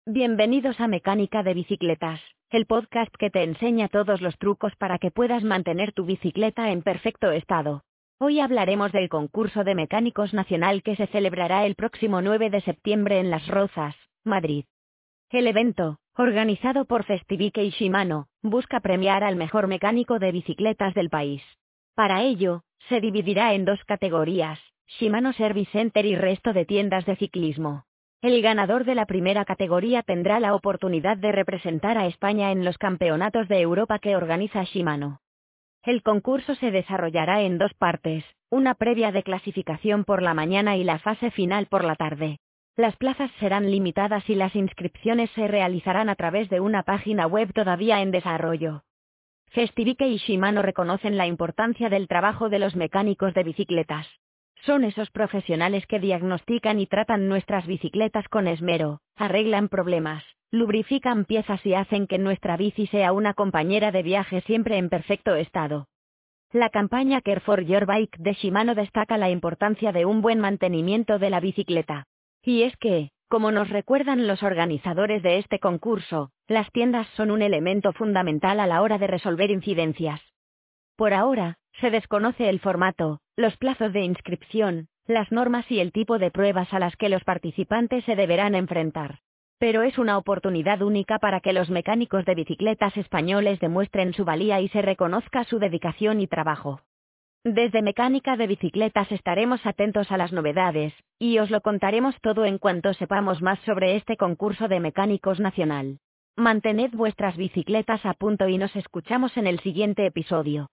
Bienvenidos a Mecánica de Bicicletas, el podcast que te enseña todos los trucos para que puedas mantener tu bicicleta en perfecto estado. Hoy hablaremos del concurso de mecánicos nacional que se celebrará el próximo 9 de septiembre en Las Rozas, Madrid. El evento, organizado por Festivique y Shimano, busca premiar al mejor mecánico de bicicletas del país. Para ello, se dividirá en dos categorías, Shimano Service Center y resto de tiendas de ciclismo. El ganador de la primera categoría tendrá la oportunidad de representar a España en los campeonatos de Europa que organiza Shimano. El concurso se desarrollará en dos partes, una previa de clasificación por la mañana y la fase final por la tarde. Las plazas serán limitadas y las inscripciones se realizarán a través de una página web todavía en desarrollo. Festivique y Shimano reconocen la importancia del trabajo de los mecánicos de bicicletas. Son esos profesionales que diagnostican y tratan nuestras bicicletas con esmero, arreglan problemas, lubrifican piezas y hacen que nuestra bici sea una compañera de viaje siempre en perfecto estado. La campaña Care for Your Bike de Shimano destaca la importancia de un buen mantenimiento de la bicicleta. Y es que, como nos recuerdan los organizadores de este concurso, las tiendas son un elemento fundamental a la hora de resolver incidencias. Por ahora, se desconoce el formato, los plazos de inscripción, las normas y el tipo de pruebas a las que los participantes se deberán enfrentar. Pero es una oportunidad única para que los mecánicos de bicicletas españoles demuestren su valía y se reconozca su dedicación y trabajo. Desde Mecánica de Bicicletas estaremos atentos a las novedades, y os lo contaremos todo en cuanto sepamos más sobre este concurso de mecánicos nacional. Mantened vuestras bicicletas a punto y nos escuchamos en el siguiente episodio.